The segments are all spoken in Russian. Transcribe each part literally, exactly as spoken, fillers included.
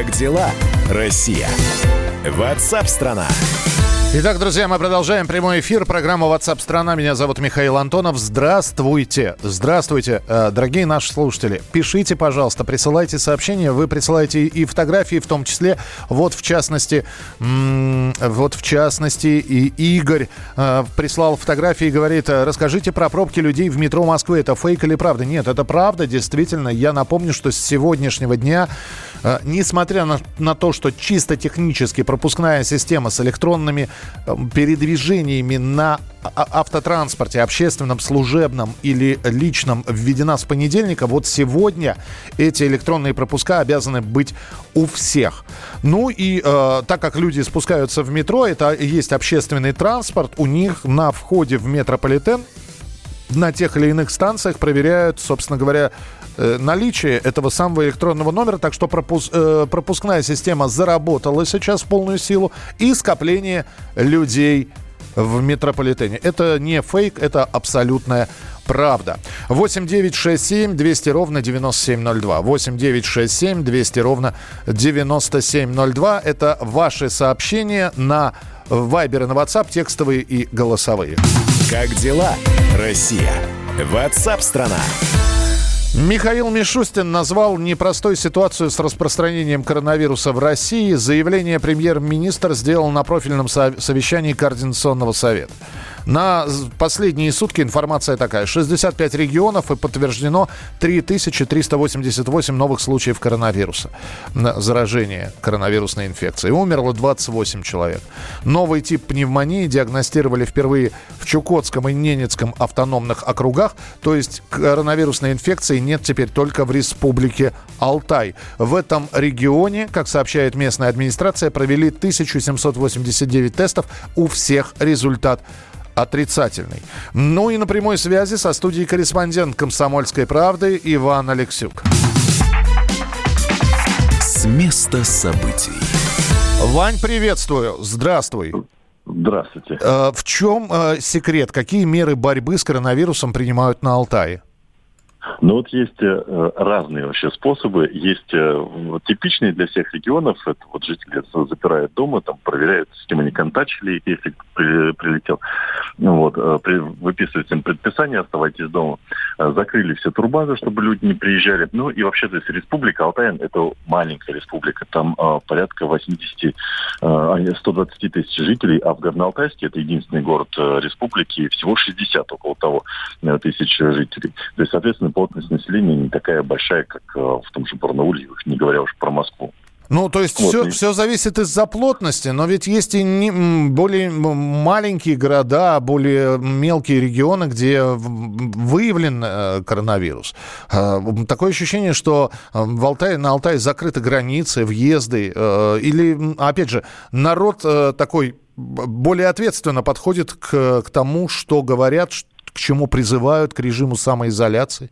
Как дела, Россия? WhatsApp-страна. Итак, друзья, мы продолжаем прямой эфир. Программа WhatsApp страна. Меня зовут Михаил Антонов. Здравствуйте. Здравствуйте, дорогие наши слушатели. Пишите, пожалуйста, присылайте сообщения. Вы присылаете и фотографии, в том числе. Вот, в частности, м- вот, в частности, и Игорь э, прислал фотографии и говорит: расскажите про пробки людей в метро Москвы. Это фейк или правда? Нет, это правда, действительно. Я напомню, что с сегодняшнего дня, э, несмотря на, на то, что чисто технически пропускная система с электронными передвижениями на автотранспорте, общественном, служебном или личном введена с понедельника, вот сегодня эти электронные пропуска обязаны быть у всех. Ну и э, так как люди спускаются в метро, это есть общественный транспорт, у них на входе в метрополитен на тех или иных станциях проверяют, собственно говоря, наличие этого самого электронного номера, так что пропуск, э, пропускная система заработала сейчас в полную силу, и скопление людей в метрополитене. Это не фейк, это абсолютная правда. восемь девятьсот шестьдесят семь двести ровно девяносто семь ноль два. восемь девятьсот шестьдесят семь двести ровно девяносто семь ноль два. Это ваши сообщения на Вайбер и на WhatsApp, текстовые и голосовые. Как дела, Россия? WhatsApp-страна. Михаил Мишустин назвал непростой ситуацию с распространением коронавируса в России. Заявление премьер-министр сделал на профильном совещании Координационного совета. На последние сутки информация такая. шестьдесят пять регионов, и подтверждено три тысячи триста восемьдесят восемь новых случаев коронавируса. Заражения коронавирусной инфекцией. Умерло двадцать восемь человек. Новый тип пневмонии диагностировали впервые в Чукотском и Ненецком автономных округах. То есть коронавирусной инфекции нет теперь только в республике Алтай. В этом регионе, как сообщает местная администрация, провели тысяча семьсот восемьдесят девять тестов. У всех результат отрицательный. Ну и на прямой связи со студией корреспондент «Комсомольской правды» Иван Алексюк. С места событий. Вань, приветствую. Здравствуй. Здравствуйте. Э, в чем э, секрет? Какие меры борьбы с коронавирусом принимают на Алтае? Ну вот есть э, разные вообще способы. Есть э, вот, типичные для всех регионов. Это вот жители запирают дома, там проверяют, с кем они контачили, если при, прилетел. Ну, вот, э, при, выписывают им предписание, оставайтесь дома. Э, закрыли все турбазы, чтобы люди не приезжали. Ну и вообще, то есть республика Алтай — это маленькая республика. Там э, порядка восемьдесят, э, сто двадцать тысяч жителей, а в Горно-Алтайске, это единственный город э, республики, всего шестьдесят около того э, тысяч жителей. То есть, соответственно, плотность населения не такая большая, как э, в том же Барнауле, не говоря уж про Москву. Ну, то есть вот, все, и... все зависит из-за плотности, но ведь есть и не, более маленькие города, более мелкие регионы, где выявлен э, коронавирус. Э, такое ощущение, что в Алтае, на Алтае закрыты границы, въезды, э, или, опять же, народ э, такой более ответственно подходит к, к тому, что говорят, к чему призывают, к режиму самоизоляции.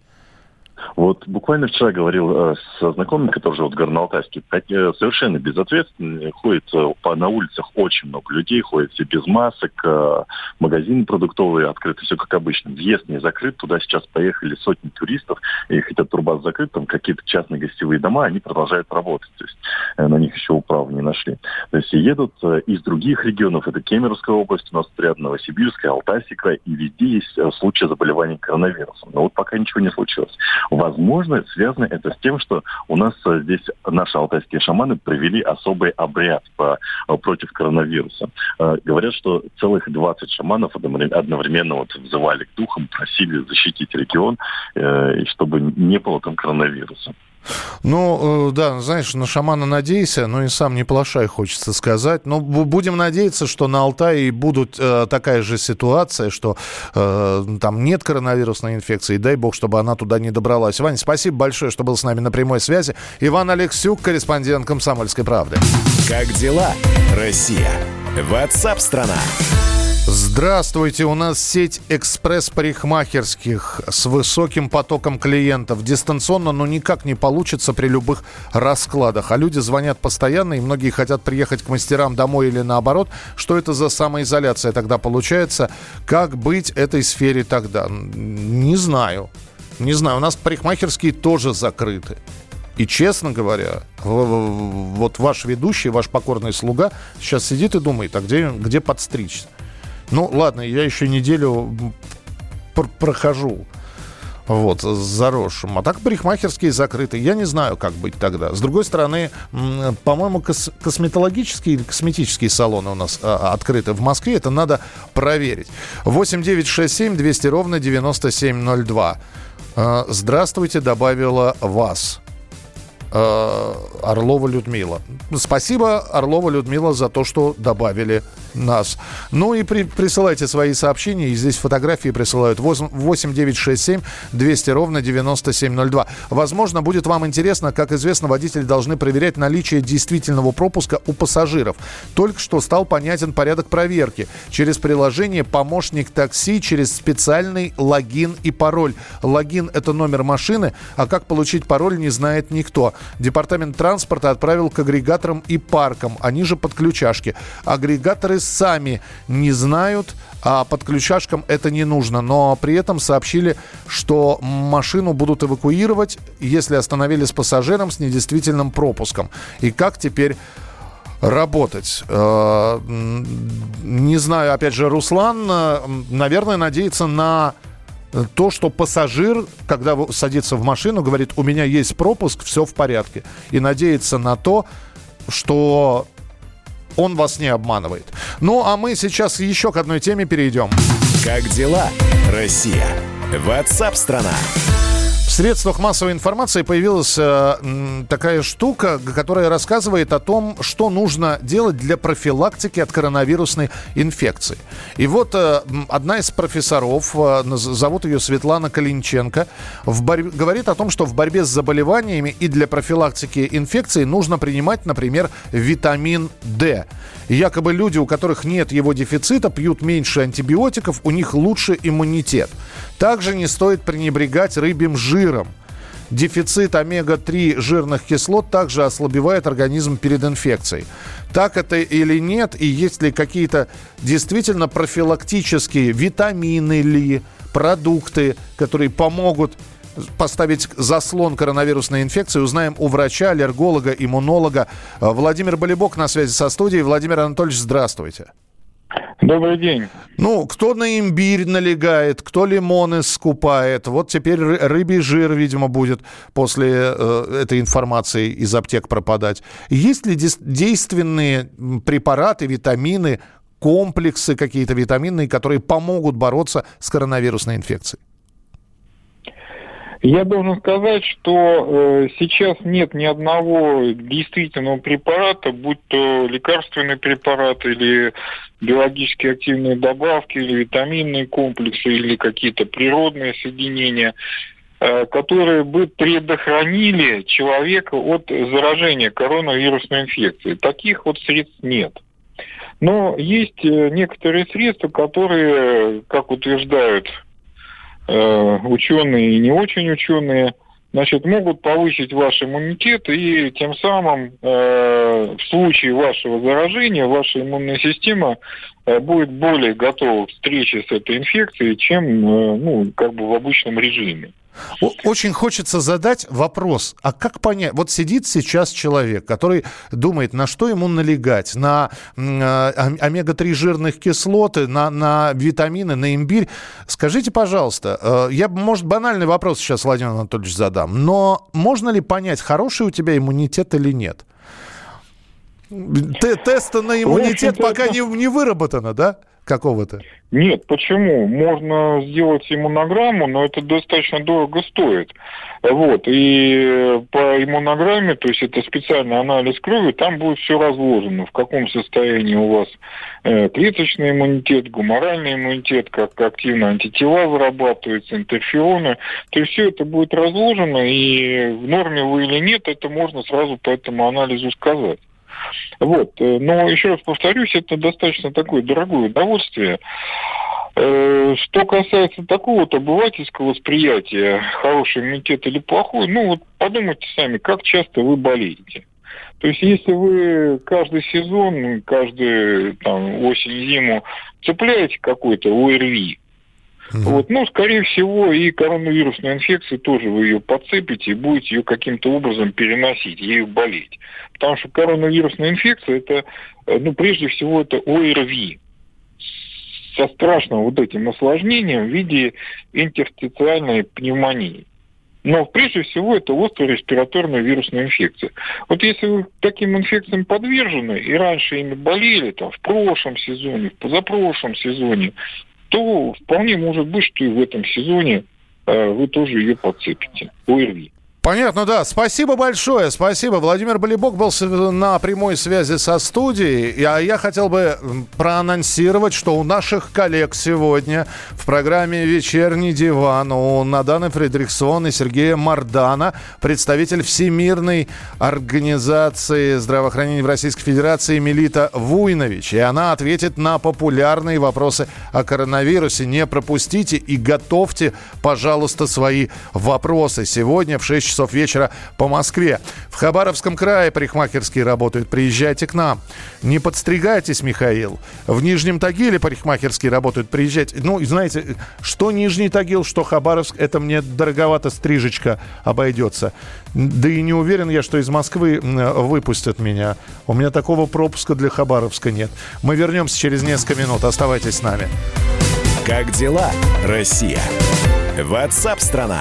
Вот буквально вчера говорил э, со знакомыми, которые живут в Горно-Алтайске, э, совершенно безответственно. Ходит э, по, на улицах очень много людей, ходят все без масок, э, магазины продуктовые открыты, все как обычно. Въезд не закрыт, туда сейчас поехали сотни туристов, и хотя турбаз закрыт, там какие-то частные гостевые дома, они продолжают работать, то есть э, на них еще управу не нашли. То есть едут э, из других регионов, это Кемеровская область, у нас рядом Новосибирская, Алтайский край, и везде есть э, случаи заболевания коронавирусом. Но вот пока ничего не случилось. Возможно, связано это с тем, что у нас здесь наши алтайские шаманы провели особый обряд по, против коронавируса. Говорят, что целых двадцать шаманов одновременно вот взывали к духам, просили защитить регион, и чтобы не было там коронавируса. Ну, да, знаешь, на шамана надейся, но и сам не плашай, хочется сказать. Но будем надеяться, что на Алтае будут э, такая же ситуация, что э, там нет коронавирусной инфекции. Дай бог, чтобы она туда не добралась. Ваня, спасибо большое, что был с нами на прямой связи. Иван Алексюк, корреспондент «Комсомольской правды». Как дела, Россия? WhatsApp-страна. Здравствуйте, у нас сеть экспресс-парикмахерских с высоким потоком клиентов. Дистанционно, но никак не получится при любых раскладах. А люди звонят постоянно, и многие хотят приехать к мастерам домой или наоборот. Что это за самоизоляция тогда получается? Как быть этой сфере тогда? Не знаю. Не знаю, у нас парикмахерские тоже закрыты. И, честно говоря, вот ваш ведущий, ваш покорный слуга сейчас сидит и думает, а где, где подстричься? Ну, ладно, я еще неделю пр- прохожу вот, с заросшим. А так парикмахерские закрыты. Я не знаю, как быть тогда. С другой стороны, по-моему, кос- косметологические или косметические салоны у нас а, открыты в Москве. Это надо проверить. восемь девятьсот шестьдесят семь двести ровно девяносто семь ноль два. Здравствуйте, добавила вас. Орлова Людмила. Спасибо, Орлова Людмила, за то, что добавили нас. Ну и при, присылайте свои сообщения. И здесь фотографии присылают. восемь девятьсот шестьдесят семь двести ровно девяносто семь ноль два. Возможно, будет вам интересно. Как известно, водители должны проверять наличие действительного пропуска у пассажиров. Только что стал понятен порядок проверки. Через приложение «Помощник такси», через специальный логин и пароль. Логин – это номер машины, а как получить пароль, не знает никто. Департамент транспорта отправил к агрегаторам и паркам. Они же подключашки. Агрегаторы сами не знают, а подключашкам это не нужно. Но при этом сообщили, что машину будут эвакуировать, если остановили с пассажиром с недействительным пропуском. И как теперь работать? Не знаю, опять же, Руслан, наверное, надеется на то, что пассажир, когда садится в машину, говорит, у меня есть пропуск, все в порядке. И надеется на то, что он вас не обманывает. Ну, а мы сейчас еще к одной теме перейдем. Как дела, Россия? WhatsApp-страна. В средствах массовой информации появилась э, такая штука, которая рассказывает о том, что нужно делать для профилактики от коронавирусной инфекции. И вот э, одна из профессоров, э, зовут ее Светлана Калинченко, в борь... говорит о том, что в борьбе с заболеваниями и для профилактики инфекции нужно принимать, например, витамин D. Якобы люди, у которых нет его дефицита, пьют меньше антибиотиков, у них лучше иммунитет. Также не стоит пренебрегать рыбьим жиром. Дефицит омега три жирных кислот также ослабевает организм перед инфекцией. Так это или нет? И есть ли какие-то действительно профилактические витамины ли, продукты, которые помогут поставить заслон коронавирусной инфекции, узнаем у врача, аллерголога, иммунолога. Владимир Болибок на связи со студией. Владимир Анатольевич, здравствуйте. Добрый день. Ну, кто на имбирь налегает, кто лимоны скупает. Вот теперь рыбий жир, видимо, будет после э, этой информации из аптек пропадать. Есть ли дес- действенные препараты, витамины, комплексы какие-то витаминные, которые помогут бороться с коронавирусной инфекцией? Я должен сказать, что э, сейчас нет ни одного действительного препарата, будь то лекарственный препарат или биологически активные добавки, или витаминные комплексы, или какие-то природные соединения, э, которые бы предохранили человека от заражения коронавирусной инфекцией. Таких вот средств нет. Но есть некоторые средства, которые, как утверждают ученые и не очень ученые, значит, могут повысить ваш иммунитет, и тем самым э, в случае вашего заражения ваша иммунная система э, будет более готова к встрече с этой инфекцией, чем э, ну, как бы в обычном режиме. Очень хочется задать вопрос, а как понять, вот сидит сейчас человек, который думает, на что ему налегать, на э, омега три жирных кислоты, на, на витамины, на имбирь. Скажите, пожалуйста, э, я, может, банальный вопрос сейчас, Владимир Анатольевич, задам, но можно ли понять, хороший у тебя иммунитет или нет? Т- теста на иммунитет пока не, не выработано, да? Какого-то? Нет, почему? Можно сделать иммунограмму, но это достаточно дорого стоит. Вот, и по иммунограмме, то есть это специальный анализ крови, там будет все разложено, в каком состоянии у вас э, клеточный иммунитет, гуморальный иммунитет, как активно антитела вырабатываются, интерфероны. То есть все это будет разложено, и в норме вы или нет, это можно сразу по этому анализу сказать. Вот. Но еще раз повторюсь, это достаточно такое дорогое удовольствие. Что касается такого вот обывательского восприятия, хороший иммунитет или плохой, ну вот подумайте сами, как часто вы болеете. То есть если вы каждый сезон, каждую там, осень-зиму цепляете какой-то ОРВИ, Mm-hmm. Вот. Ну, скорее всего, и коронавирусная инфекция тоже вы ее подцепите и будете ее каким-то образом переносить, ею болеть. Потому что коронавирусная инфекция, это, ну, прежде всего, это ОРВИ со страшным вот этим осложнением в виде интерстициальной пневмонии. Но прежде всего это острая респираторная вирусная инфекция. Вот если вы таким инфекциям подвержены и раньше ими болели, там, в прошлом сезоне, в позапрошлом сезоне, то вполне может быть, что и в этом сезоне э, вы тоже ее подцепите. ОРВИ. Понятно, да. Спасибо большое, спасибо. Владимир Болибок был на прямой связи со студией. А я хотел бы проанонсировать, что у наших коллег сегодня в программе «Вечерний диван» у Наданы Фридрихсон и Сергея Мардана, представитель Всемирной организации здравоохранения в Российской Федерации Мелита Вуйнович. И она ответит на популярные вопросы о коронавирусе. Не пропустите и готовьте, пожалуйста, свои вопросы. Сегодня в шесть часов вечера по Москве. В Хабаровском крае парикмахерские работают. Приезжайте к нам. Не подстригайтесь, Михаил. В Нижнем Тагиле парикмахерские работают. Приезжайте. Ну, знаете, что Нижний Тагил, что Хабаровск, это мне дороговато стрижечка обойдется. Да и не уверен я, что из Москвы выпустят меня. У меня такого пропуска для Хабаровска нет. Мы вернемся через несколько минут. Оставайтесь с нами. Как дела, Россия? WhatsApp-страна.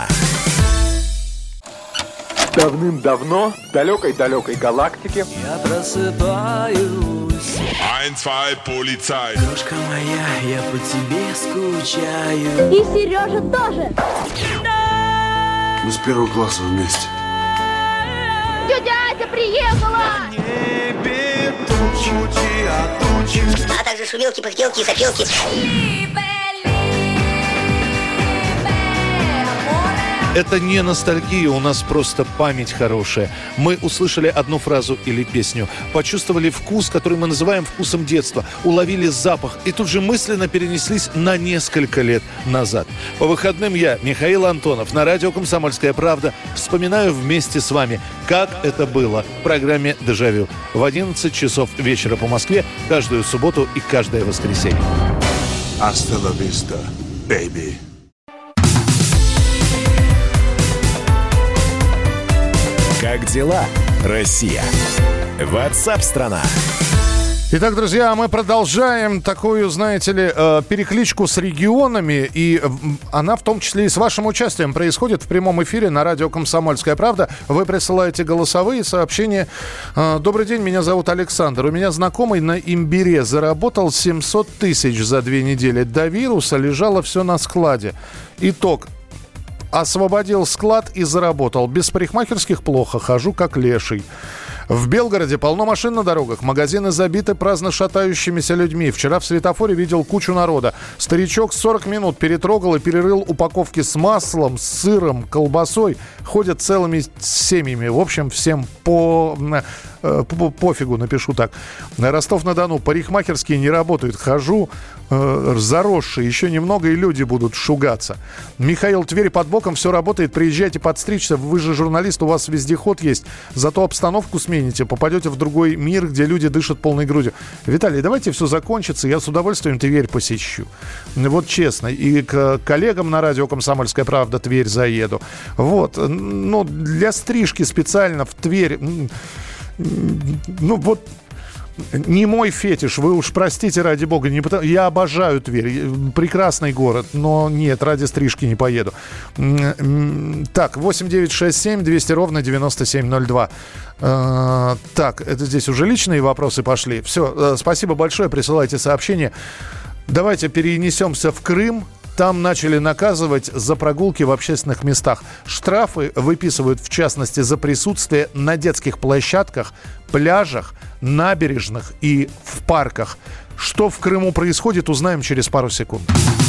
Давным-давно в далекой-далекой галактике я просыпаюсь. Ein, zwei, полицай. Крошка моя, я по тебе скучаю. И Сережа тоже. Мы с первого класса вместе. Тетя Ася приехала. На небе тучи, а тучи. А также шумелки, пыхтелки и сопелки. Это не ностальгия, у нас просто память хорошая. Мы услышали одну фразу или песню, почувствовали вкус, который мы называем вкусом детства, уловили запах и тут же мысленно перенеслись на несколько лет назад. По выходным я, Михаил Антонов, на радио «Комсомольская правда» вспоминаю вместе с вами, как это было в программе «Дежавю» в одиннадцать часов вечера по Москве каждую субботу и каждое воскресенье. Hasta la vista, baby. Как дела, Россия? WhatsApp-страна. Итак, друзья, мы продолжаем такую, знаете ли, перекличку с регионами, и она в том числе и с вашим участием происходит в прямом эфире на радио «Комсомольская правда». Вы присылаете голосовые сообщения. Добрый день, меня зовут Александр. У меня знакомый на имбире заработал семьсот тысяч за две недели. До вируса лежало все на складе. Итог. Освободил склад и заработал. Без парикмахерских плохо, хожу как леший. В Белгороде полно машин на дорогах, магазины забиты праздно шатающимися людьми. Вчера в светофоре видел кучу народа. Старичок сорок минут перетрогал и перерыл упаковки с маслом, с сыром, колбасой. Ходят целыми семьями. В общем, всем по... По- пофигу, напишу так. Ростов-на-Дону. Парикмахерские не работают. Хожу э, заросший. Еще немного, и люди будут шугаться. Михаил, Тверь под боком. Все работает. Приезжайте подстричься. Вы же журналист, у вас вездеход есть. Зато обстановку смените. Попадете в другой мир, где люди дышат полной грудью. Виталий, давайте все закончится. Я с удовольствием Тверь посещу. Вот честно. И к коллегам на радио «Комсомольская правда» Тверь заеду. Вот. Ну, для стрижки специально в Тверь... Ну, вот не мой фетиш, вы уж простите, ради бога. Не потому... Я обожаю Тверь, прекрасный город, но нет, ради стрижки не поеду. Так, восемь девятьсот шестьдесят семь двести ровно девяносто семь ноль два. А, так, это здесь уже личные вопросы пошли. Все, спасибо большое, присылайте сообщения. Давайте перенесемся в Крым. Там начали наказывать за прогулки в общественных местах. Штрафы выписывают, в частности, за присутствие на детских площадках, пляжах, набережных и в парках. Что в Крыму происходит, узнаем через пару секунд.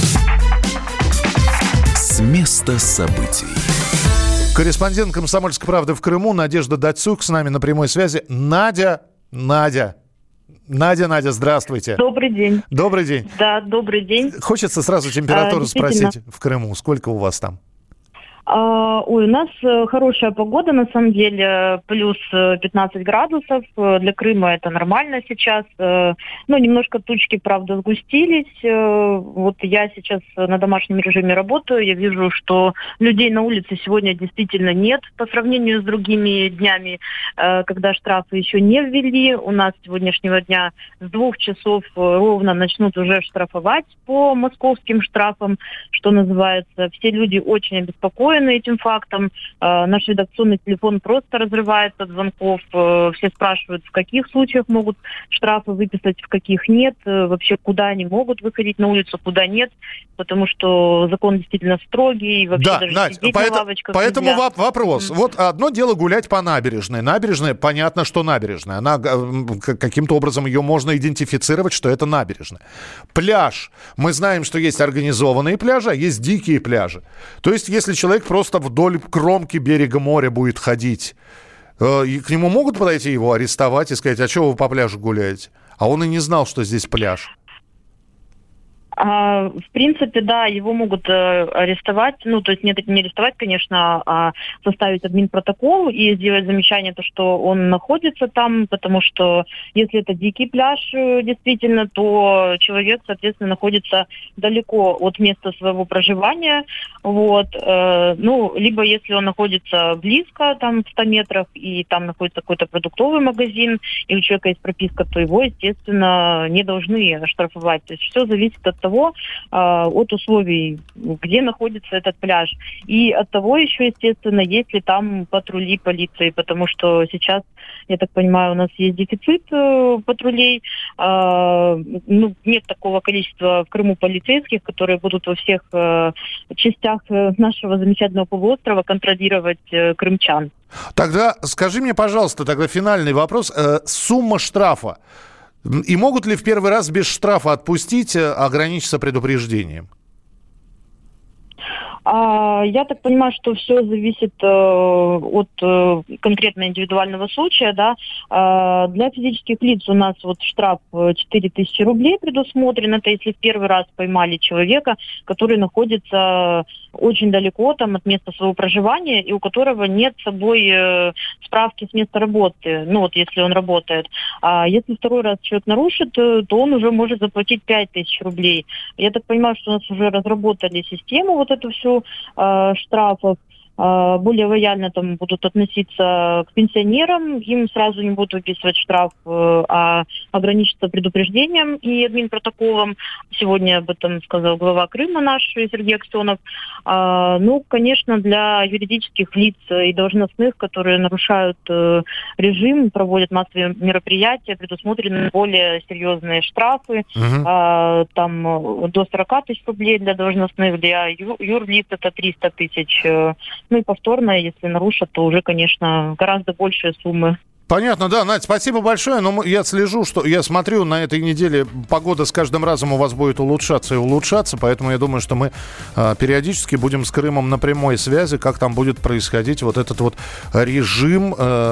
С места событий. Корреспондент «Комсомольской правды» в Крыму Надежда Дацюк с нами на прямой связи. Надя, Надя. Надя, Надя, здравствуйте. Добрый день. Добрый день. Да, добрый день. Хочется сразу температуру а, спросить в Крыму. Сколько у вас там? А, ой, у нас хорошая погода, на самом деле, плюс пятнадцать градусов. Для Крыма это нормально сейчас. Ну, немножко тучки, правда, сгустились. Вот я сейчас на домашнем режиме работаю. Я вижу, что людей на улице сегодня действительно нет по сравнению с другими днями, когда штрафы еще не ввели. У нас с сегодняшнего дня с двух часов ровно начнут уже штрафовать по московским штрафам, что называется. Все люди очень обеспокоены этим фактом. Э, наш редакционный телефон просто разрывается от звонков. Э, все спрашивают, в каких случаях могут штрафы выписать, в каких нет. Э, вообще, куда они могут выходить на улицу, куда нет. Потому что закон действительно строгий. И вообще да, даже Надь, сидеть поэтому, на лавочках поэтому нельзя. вопрос. Mm. Вот одно дело гулять по набережной. Набережная, понятно, что набережная. Она, каким-то образом ее можно идентифицировать, что это набережная. Пляж. Мы знаем, что есть организованные пляжи, а есть дикие пляжи. То есть, если человек просто вдоль кромки берега моря будет ходить, э, и к нему могут подойти, его арестовать и сказать, а что вы по пляжу гуляете? А он и не знал, что здесь пляж. А, в принципе, да, его могут э, арестовать, ну, то есть не, не арестовать, конечно, а составить админпротокол и сделать замечание, то, что он находится там, потому что если это дикий пляж, э, действительно, то человек, соответственно, находится далеко от места своего проживания, вот, э, ну, либо если он находится близко, там, в ста метрах, и там находится какой-то продуктовый магазин, и у человека есть прописка, то его, естественно, не должны штрафовать, то есть все зависит от того, Того, от условий, где находится этот пляж. И от того еще, естественно, есть ли там патрули полиции, потому что сейчас, я так понимаю, у нас есть дефицит патрулей. Ну, нет такого количества в Крыму полицейских, которые будут во всех частях нашего замечательного полуострова контролировать крымчан. Тогда скажи мне, пожалуйста, тогда финальный вопрос. Сумма штрафа. И могут ли в первый раз без штрафа отпустить, ограничиться предупреждением? Я так понимаю, что все зависит э, от э, конкретно индивидуального случая, да. Э, для физических лиц у нас вот штраф четыре тысячи рублей предусмотрен. Это если в первый раз поймали человека, который находится очень далеко там от места своего проживания и у которого нет с собой э, справки с места работы, ну вот если он работает. А если второй раз человек нарушит, то он уже может заплатить пять тысяч рублей. Я так понимаю, что у нас уже разработали систему вот эту всю штрафов, более лояльно там будут относиться к пенсионерам, им сразу не будут выписывать штраф, а ограничиться предупреждением и админпротоколом. Сегодня об этом сказал глава Крыма наш Сергей Аксенов. Ну, конечно, для юридических лиц и должностных, которые нарушают режим, проводят массовые мероприятия, предусмотрены более серьезные штрафы, угу. там до сорок тысяч рублей для должностных, для юрлиц это триста тысяч. Ну и повторно, если нарушат, то уже, конечно, гораздо большие суммы. Понятно, да, Надь, спасибо большое, но я слежу, что я смотрю, на этой неделе погода с каждым разом у вас будет улучшаться и улучшаться, поэтому я думаю, что мы э, периодически будем с Крымом на прямой связи, как там будет происходить вот этот вот режим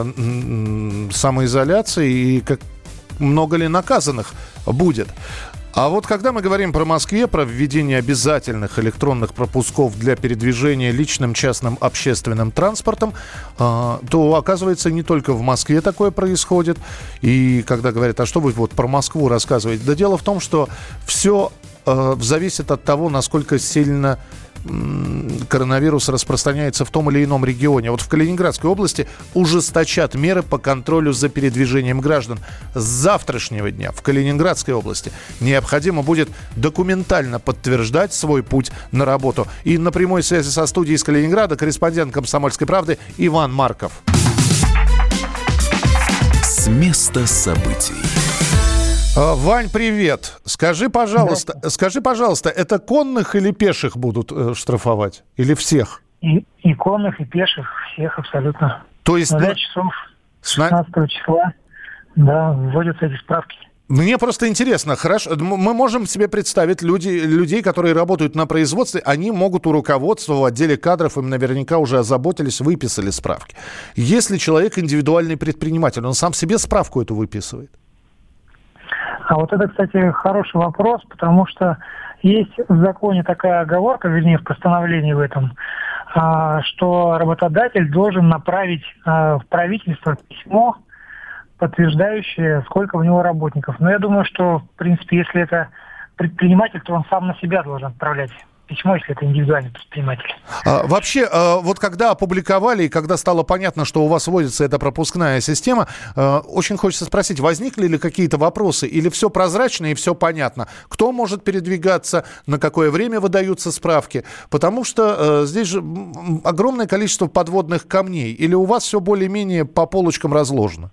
э, самоизоляции и как много ли наказанных будет. А вот когда мы говорим про Москву, про введение обязательных электронных пропусков для передвижения личным, частным, общественным транспортом, то, оказывается, не только в Москве такое происходит. И когда говорят, а что вы вот про Москву рассказываете? Да дело в том, что все зависит от того, насколько сильно коронавирус распространяется в том или ином регионе. Вот в Калининградской области ужесточат меры по контролю за передвижением граждан. С завтрашнего дня в Калининградской области необходимо будет документально подтверждать свой путь на работу. И на прямой связи со студией из Калининграда корреспондент «Комсомольской правды» Иван Марков. С места событий. Вань, привет. Скажи, пожалуйста, скажи, пожалуйста, это конных или пеших будут э, штрафовать? Или всех? И, и конных, и пеших, всех абсолютно. То есть... На пять часов шестнадцатого числа, да, вводятся эти справки. Мне просто интересно, хорошо, мы можем себе представить люди, людей, которые работают на производстве, они могут у руководства, в отделе кадров, им наверняка уже озаботились, выписали справки. Если человек индивидуальный предприниматель, он сам себе справку эту выписывает? А вот это, кстати, хороший вопрос, потому что есть в законе такая оговорка, вернее, в постановлении в этом, что работодатель должен направить в правительство письмо, подтверждающее, сколько у него работников. Но я думаю, что, в принципе, если это предприниматель, то он сам на себя должен отправлять письмо, если это индивидуальный предприниматель. А, вообще, а, вот когда опубликовали и когда стало понятно, что у вас вводится эта пропускная система, а, очень хочется спросить, возникли ли какие-то вопросы или все прозрачно и все понятно? Кто может передвигаться, на какое время выдаются справки? Потому что а, здесь же огромное количество подводных камней. Или у вас все более-менее по полочкам разложено?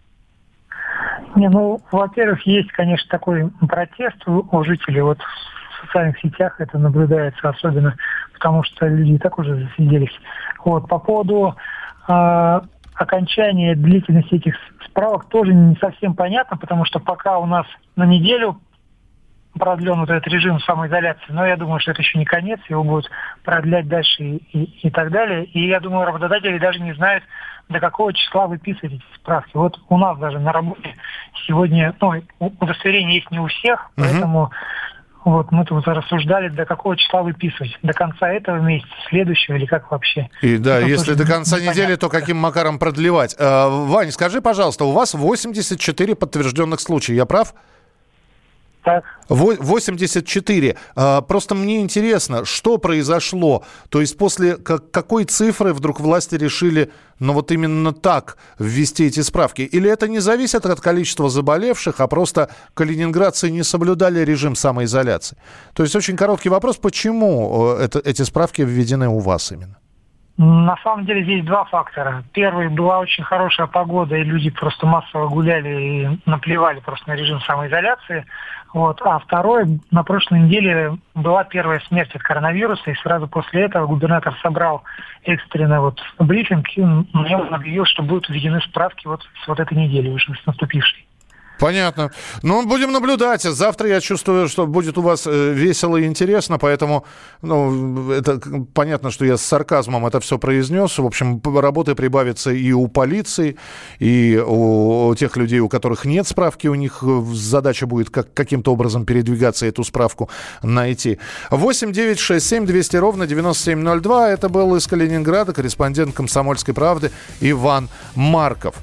Не, ну, во-первых, есть, конечно, такой протест у, у жителей. Вот в социальных сетях это наблюдается особенно, потому что люди и так уже засиделись. Вот, по поводу э, окончания длительности этих справок тоже не совсем понятно, потому что пока у нас на неделю продлен вот этот режим самоизоляции, но я думаю, что это еще не конец, его будут продлять дальше и, и, и так далее. И я думаю, работодатели даже не знают, до какого числа выписывать эти справки. Вот у нас даже на работе сегодня, ну, удостоверение есть не у всех, uh-huh. поэтому вот мы тут рассуждали, до какого числа выписывать. До конца этого месяца, следующего или как вообще. И да, это если до конца непонятно. Недели, то каким макаром продлевать? А, Вань, скажи, пожалуйста, у вас восемьдесят четыре подтвержденных случая, я прав? Так. восемьдесят четыре. А, просто мне интересно, что произошло? То есть после как, какой цифры вдруг власти решили, ну вот именно так ввести эти справки? Или это не зависит от количества заболевших, а просто калининградцы не соблюдали режим самоизоляции? То есть очень короткий вопрос, почему это, эти справки введены у вас именно? На самом деле здесь два фактора. Первый, была очень хорошая погода, и люди просто массово гуляли и наплевали просто на режим самоизоляции. Вот. А второй, на прошлой неделе была первая смерть от коронавируса, и сразу после этого губернатор собрал экстренно вот брифинг, и мне он объявил, что будут введены справки вот с вот этой недели уже, с наступившей. Понятно. Ну, будем наблюдать. Завтра я чувствую, что будет у вас весело и интересно, поэтому, ну, это понятно, что я с сарказмом это все произнес. В общем, работы прибавится и у полиции, и у тех людей, у которых нет справки, у них задача будет как, каким-то образом передвигаться, эту справку найти. восемь девятьсот шестьдесят семь двести ровно девяносто семь ноль два. Это был из Калининграда корреспондент «Комсомольской правды» Иван Марков.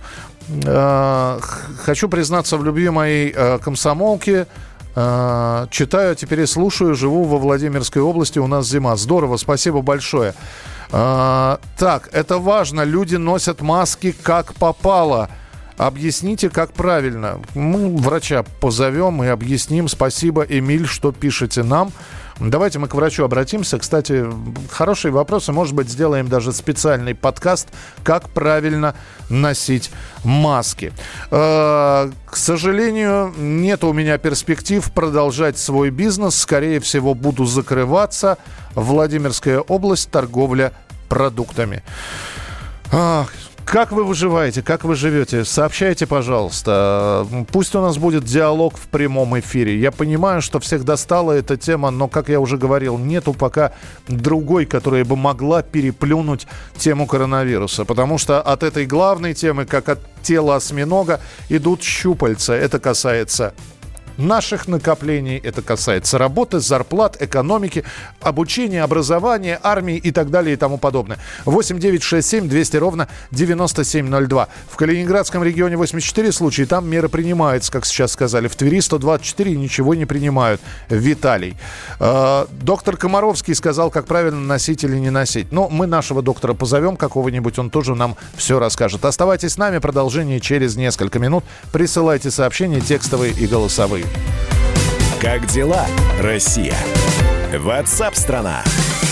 Хочу признаться в любви моей комсомолки. Читаю, теперь и слушаю. Живу во Владимирской области. У нас зима. Здорово, спасибо большое. Так, это важно. Люди носят маски как попало. Объясните, как правильно. Мы врача позовем и объясним. Спасибо, Эмиль, что пишете нам. Давайте мы к врачу обратимся. Кстати, хорошие вопросы. Может быть, сделаем даже специальный подкаст, как правильно носить маски. Э-э- к сожалению, нет у меня перспектив продолжать свой бизнес. Скорее всего, буду закрываться. Владимирская область, торговля продуктами. Ах, как вы выживаете, как вы живете? Сообщайте, пожалуйста. Пусть у нас будет диалог в прямом эфире. Я понимаю, что всех достала эта тема, но, как я уже говорил, нету пока другой, которая бы могла переплюнуть тему коронавируса. Потому что от этой главной темы, как от тела осьминога, идут щупальца. Это касается наших накоплений, это касается работы, зарплат, экономики, обучения, образования, армии и так далее и тому подобное. восемь девятьсот шестьдесят семь двести ровно девяносто семь ноль два. В Калининградском регионе восемьдесят четыре случая, там меры принимаются, как сейчас сказали. В Твери сто двадцать четыре, ничего не принимают. Виталий. Э, доктор Комаровский сказал, как правильно носить или не носить. Но мы нашего доктора позовем какого-нибудь, он тоже нам все расскажет. Оставайтесь с нами, продолжение через несколько минут. Присылайте сообщения текстовые и голосовые. Как дела, Россия? Ватсап-страна!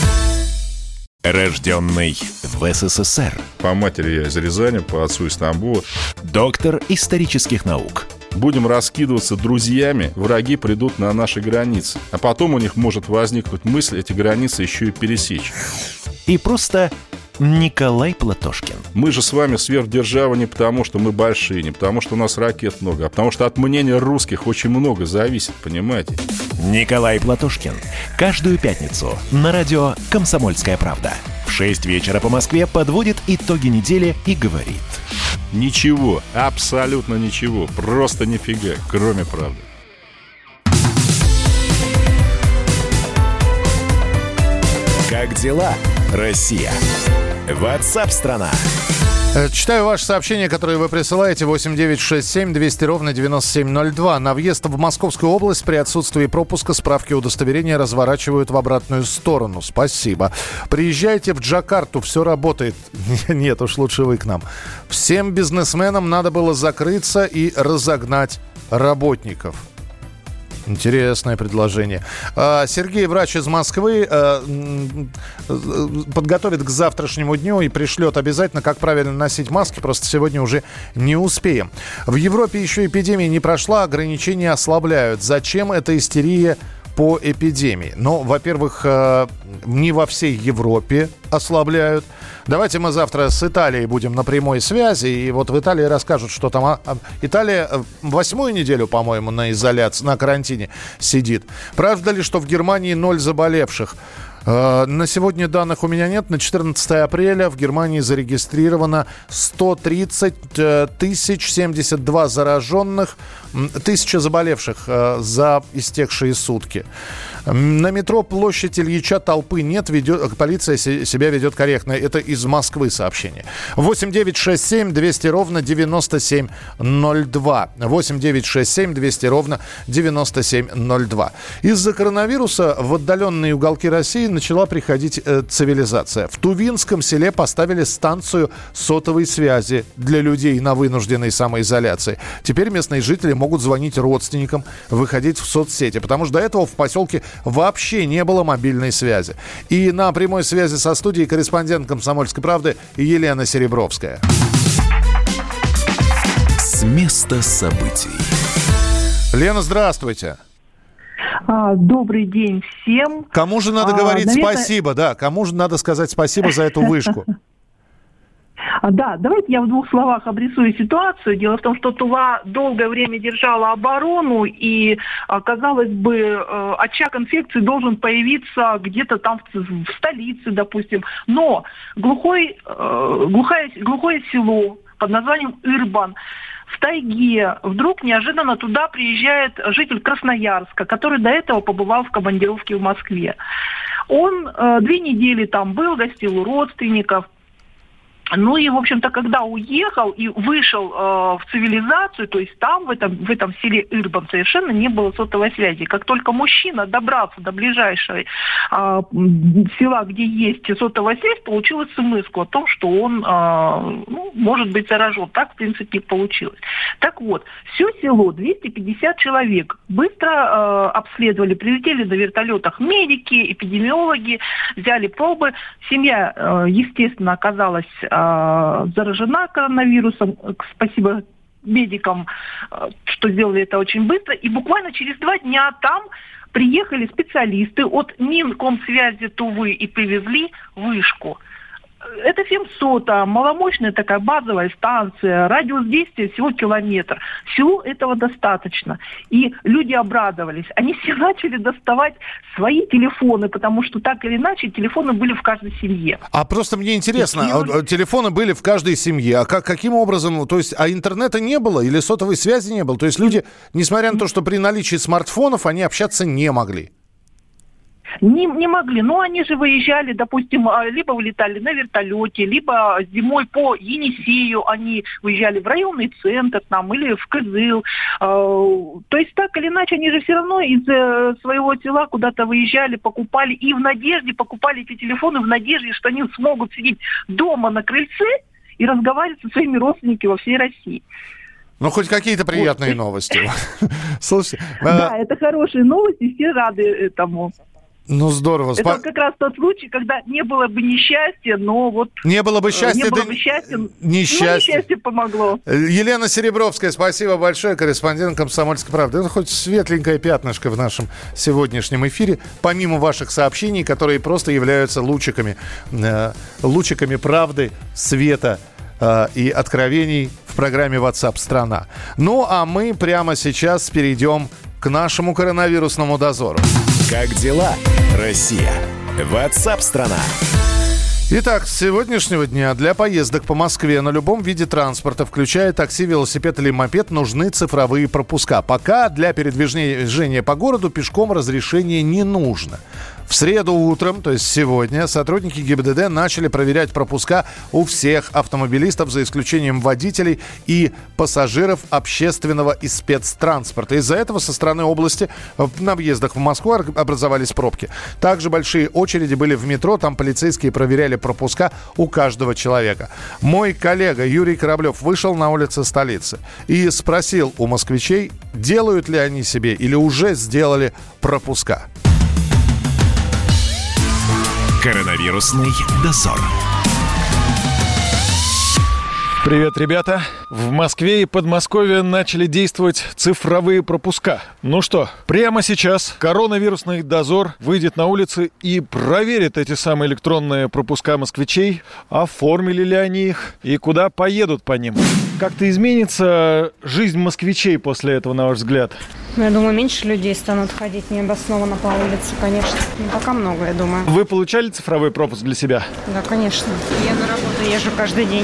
Рожденный в СССР. По матери я из Рязани, по отцу из Тамбова. Доктор исторических наук. Будем раскидываться друзьями, враги придут на наши границы. А потом у них может возникнуть мысль эти границы еще и пересечь. И просто Николай Платошкин. Мы же с вами сверхдержава не потому, что мы большие, не потому, что у нас ракет много, а потому что от мнения русских очень много зависит, понимаете? Николай Платошкин. Каждую пятницу на радио «Комсомольская правда». В шесть вечера по Москве подводит итоги недели и говорит: ничего, абсолютно ничего, просто нифига, кроме правды. Как дела, Россия. WhatsApp-страна. Читаю ваши сообщения, которые вы присылаете. восемь девятьсот шестьдесят семь двести ровно девяносто семь ноль два. На въезд в Московскую область при отсутствии пропуска справки удостоверения разворачивают в обратную сторону. Спасибо. Приезжайте в Джакарту, все работает. Нет уж, лучше вы к нам. Всем бизнесменам надо было закрыться и разогнать работников. Интересное предложение. Сергей, врач из Москвы, подготовит к завтрашнему дню и пришлет обязательно, как правильно носить маски. Просто сегодня уже не успеем. В Европе еще эпидемия не прошла, ограничения ослабляют. Зачем эта истерия по эпидемии? Ну, во-первых, не во всей Европе ослабляют. Давайте мы завтра с Италией будем на прямой связи. И вот в Италии расскажут, что там... Италия восьмую неделю, по-моему, на изоляции, на карантине сидит. Правда ли, что в Германии ноль заболевших? На сегодня данных у меня нет. На четырнадцатое апреля в Германии зарегистрировано сто тридцать тысяч семьдесят два зараженных, тысяча заболевших за истекшие сутки. На метро площадь Ильича толпы нет, ведет, полиция себя ведет корректно. Это из Москвы сообщение. восемь девятьсот шестьдесят семь двести ровно девяносто семь ноль два. восемь девятьсот шестьдесят семь двести ровно девяносто семь ноль два. Из-за коронавируса в отдаленные уголки России начала приходить э, цивилизация. В Тувинском селе поставили станцию сотовой связи для людей на вынужденной самоизоляции. Теперь местные жители могут звонить родственникам, выходить в соцсети, потому что до этого в поселке вообще не было мобильной связи. И на прямой связи со студией корреспондент «Комсомольской правды» Елена Серебровская. С места событий. Лена, здравствуйте. А, добрый день всем. Кому же надо а, говорить наверное... спасибо, да? Кому же надо сказать спасибо за эту вышку? Да, давайте я в двух словах обрисую ситуацию. Дело в том, что Тула долгое время держала оборону, и, казалось бы, очаг инфекции должен появиться где-то там в столице, допустим. Но глухой, глухое, глухое село под названием Ирбан в тайге вдруг неожиданно туда приезжает житель Красноярска, который до этого побывал в командировке в Москве. Он э, две недели там был, гостил у родственников. Ну и, в общем-то, когда уехал и вышел э, в цивилизацию, то есть там, в этом, в этом селе Ирбан, совершенно не было сотовой связи. Как только мужчина добрался до ближайшего э, села, где есть сотовая связь, получил смс-ку о том, что он э, ну, может быть заражен. Так, в принципе, и получилось. Так вот, все село, двести пятьдесят человек, быстро э, обследовали, прилетели на вертолетах медики, эпидемиологи, взяли пробы. Семья, э, естественно, оказалась заражена коронавирусом. Спасибо медикам, что сделали это очень быстро. И буквально через два дня там приехали специалисты от Минкомсвязи Тувы и привезли вышку. Это Фемсота, маломощная такая базовая станция, радиус действия всего километр. Всего этого достаточно. И люди обрадовались. Они все начали доставать свои телефоны, потому что так или иначе телефоны были в каждой семье. А просто мне интересно, а, телефоны были в каждой семье. А как, каким образом, то есть, а интернета не было или сотовой связи не было? То есть люди, несмотря на то, что при наличии смартфонов, они общаться не могли. Не, не могли. Но они же выезжали, допустим, либо вылетали на вертолете, либо зимой по Енисею они выезжали в районный центр там, или в Кызыл. То есть так или иначе они же все равно из своего села куда-то выезжали, покупали и в надежде, покупали эти телефоны в надежде, что они смогут сидеть дома на крыльце и разговаривать со своими родственниками во всей России. Ну, хоть какие-то приятные вот. новости. Слушайте. Да, это хорошие новости, все рады этому. Ну, здорово. Это Спа... как раз тот случай, когда не было бы несчастья, но вот... Не было бы счастья, не было да... бы счастья, несчастье. Но несчастье помогло. Елена Серебровская, спасибо большое, корреспондент «Комсомольской правды». Это хоть светленькое пятнышко в нашем сегодняшнем эфире, помимо ваших сообщений, которые просто являются лучиками, э, лучиками правды, света э, и откровений в программе WhatsApp страна. Ну, а мы прямо сейчас перейдем к нашему коронавирусному дозору. Как дела, Россия? WhatsApp-страна. Итак, с сегодняшнего дня для поездок по Москве на любом виде транспорта, включая такси, велосипед или мопед, нужны цифровые пропуска. Пока для передвижения по городу пешком разрешение не нужно. В среду утром, то есть сегодня, сотрудники ГИБДД начали проверять пропуска у всех автомобилистов, за исключением водителей и пассажиров общественного и спецтранспорта. Из-за этого со стороны области на въездах в Москву образовались пробки. Также большие очереди были в метро, там полицейские проверяли пропуска у каждого человека. Мой коллега Юрий Кораблев вышел на улицы столицы и спросил у москвичей, делают ли они себе или уже сделали пропуска. Коронавирусный дозор. Привет, ребята! В Москве и Подмосковье начали действовать цифровые пропуска. Ну что, прямо сейчас коронавирусный дозор выйдет на улицы и проверит эти самые электронные пропуска москвичей, оформили ли они их и куда поедут по ним. Как-то изменится жизнь москвичей после этого, на ваш взгляд? Я думаю, меньше людей станут ходить необоснованно по улице, конечно. Ну, пока много, я думаю. Вы получали цифровой пропуск для себя? Да, конечно. Я на работу езжу каждый день.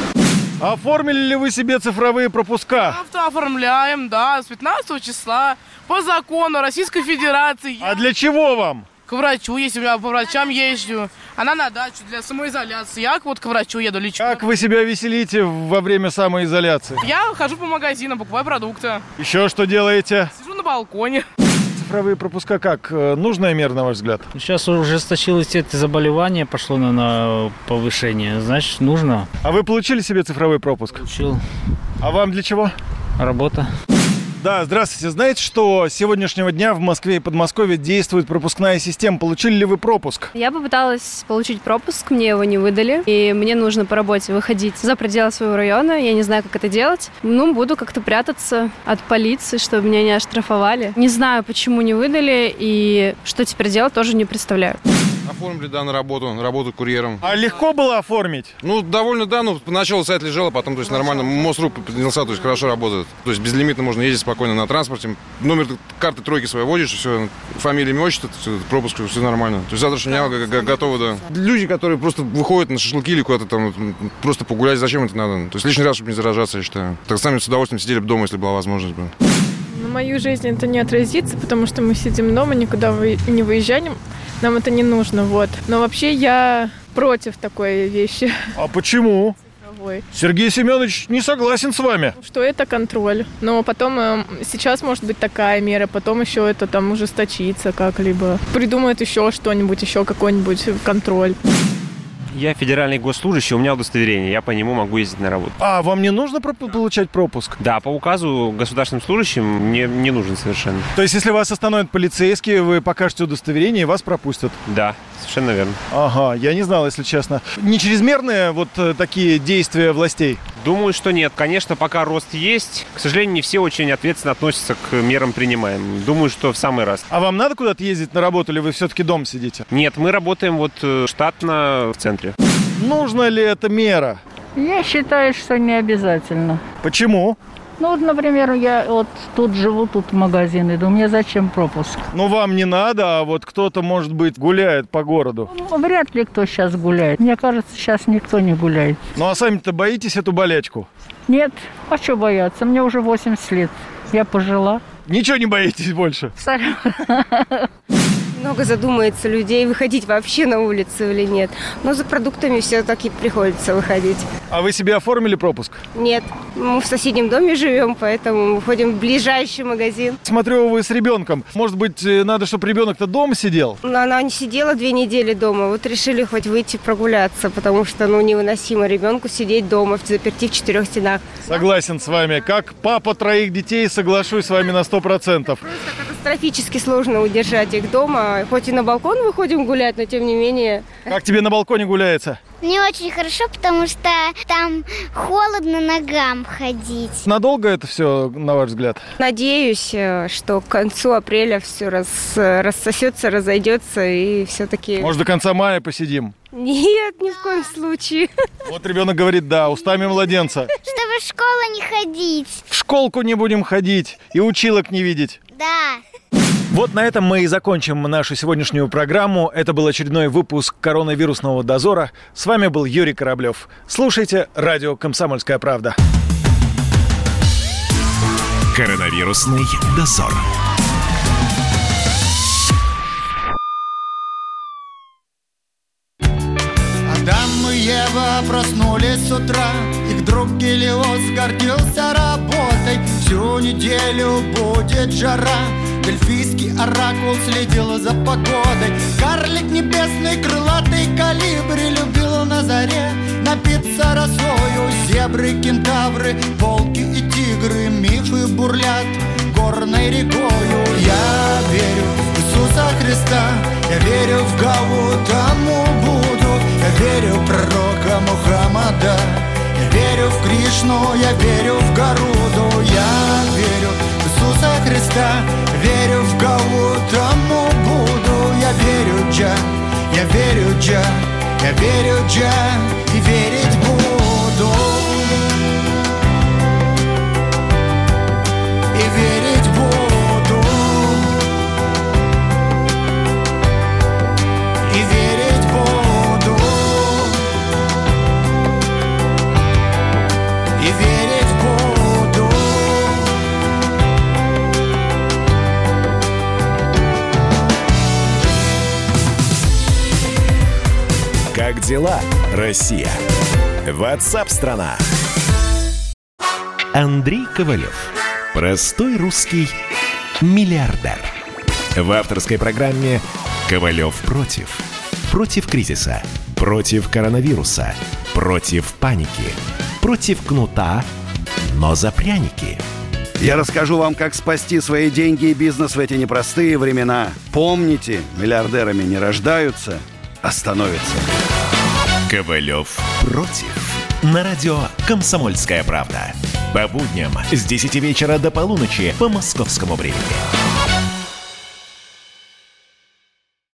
Оформили ли вы себе цифровые пропуска? Авто оформляем, да, с пятнадцатого числа по закону Российской Федерации. А для чего вам? К врачу, если я по врачам езжу. Она на дачу для самоизоляции. Я вот к врачу еду лично. Как вы себя веселите во время самоизоляции? Я хожу по магазинам, покупаю продукты. Еще что делаете? Сижу на балконе. Цифровые пропуска как? Нужная мера, на ваш взгляд? Сейчас ужесточилось это заболевание, пошло на, на повышение. Значит, нужно. А вы получили себе цифровой пропуск? Получил. А вам для чего? Работа. Да, здравствуйте. Знаете, что с сегодняшнего дня в Москве и Подмосковье действует пропускная система? Получили ли вы пропуск? Я попыталась получить пропуск, мне его не выдали. И мне нужно по работе выходить за пределы своего района. Я не знаю, как это делать. Ну, буду как-то прятаться от полиции, чтобы меня не оштрафовали. Не знаю, почему не выдали и что теперь делать, тоже не представляю. Оформили, да, на работу, на работу курьером. А легко было оформить? Ну, довольно, да, ну, поначалу сайт лежал, а потом, то есть, нормально, МОСРУ поднялся, то есть, хорошо работает. То есть, безлимитно можно ездить спокойно на транспорте. Номер карты тройки своей вводишь, все, фамилия, имя, отчество, пропуск, все нормально. То есть, завтрашнего дня готовы, да. Люди, которые просто выходят на шашлыки или куда-то там, просто погулять, зачем это надо? То есть, лишний раз, чтобы не заражаться, я считаю. Так сами с удовольствием сидели бы дома, если была возможность бы. На мою жизнь это не отразится, потому что мы сидим дома, никуда не выезжаем. Нам это не нужно, вот. Но вообще я против такой вещи. А почему? Цифровой. Сергей Семенович не согласен с вами. Что это контроль. Но потом э, сейчас может быть такая мера, потом еще это там ужесточится как-либо. Придумают еще что-нибудь, еще какой-нибудь контроль. Я федеральный госслужащий, у меня удостоверение, я по нему могу ездить на работу. А вам не нужно проп- получать пропуск? Да, по указу государственным служащим мне не нужен совершенно. То есть, если вас остановят полицейские, вы покажете удостоверение и вас пропустят? Да, совершенно верно. Ага, я не знал, если честно. Не чрезмерные вот такие действия властей? Думаю, что нет. Конечно, пока рост есть. К сожалению, не все очень ответственно относятся к мерам принимаемым. Думаю, что в самый раз. А вам надо куда-то ездить на работу, или вы все-таки дома сидите? Нет, мы работаем вот штатно в центре. Нужна ли эта мера? Я считаю, что не обязательно. Почему? Ну, вот, например, я вот тут живу, тут магазин иду. Мне зачем пропуск? Ну, вам не надо, а вот кто-то, может быть, гуляет по городу. Ну, вряд ли кто сейчас гуляет. Мне кажется, сейчас никто не гуляет. Ну, а сами-то боитесь эту болячку? Нет. А что бояться? Мне уже восемьдесят лет. Я пожила. Ничего не боитесь больше? Много задумается людей, выходить вообще на улицу или нет. Но за продуктами все-таки приходится выходить. А вы себе оформили пропуск? Нет. Мы в соседнем доме живем, поэтому выходим в ближайший магазин. Смотрю, вы с ребенком. Может быть, надо, чтобы ребенок-то дома сидел? Но она не сидела две недели дома. Вот решили хоть выйти прогуляться, потому что ну, невыносимо ребенку сидеть дома, в заперти в четырех стенах. Согласен с вами. Как папа троих детей, соглашусь с вами на сто процентов. Просто катастрофически сложно удержать их дома. Хоть и на балкон выходим гулять, но тем не менее... Как тебе на балконе гуляется? Не очень хорошо, потому что там холодно ногам ходить. Надолго это все, на ваш взгляд? Надеюсь, что к концу апреля все рас, рассосется, разойдется и все-таки... Может, до конца мая посидим? Нет, ни в коем случае. Вот ребенок говорит да, устами младенца. Чтобы в школу не ходить. В школку не будем ходить и училок не видеть. Да. Вот на этом мы и закончим нашу сегодняшнюю программу. Это был очередной выпуск коронавирусного дозора. С вами был Юрий Кораблев. Слушайте радио «Комсомольская правда». Коронавирусный дозор. проснулись с утра, их друг Гелиос гордился работой. Всю неделю будет жара, дельфийский оракул следил за погодой. Карлик небесный, крылатый колибри любил на заре напиться росою. Зебры, кентавры, волки и тигры, мифы бурлят горной рекою. Я верю в Иисуса Христа, я верю в Гаутаму Будду, я верю в пророка Мухаммада, я верю в Кришну, я верю в Гаруду. Я верю в Иисуса Христа, верю в Гаутаму Будду, я верю Джа, я верю Джа, я верю Джа и верить буду. И верить буду. И верить буду. И верить буду. Как дела, Россия? WhatsApp-страна. Андрей Ковалев. Простой русский миллиардер. В авторской программе «Ковалев против». Против кризиса, против коронавируса, против паники, против кнута, но за пряники. Я расскажу вам, как спасти свои деньги и бизнес в эти непростые времена. Помните, миллиардерами не рождаются, а становятся. Ковалев против. На радио «Комсомольская правда». По будням с десяти вечера до полуночи по московскому времени.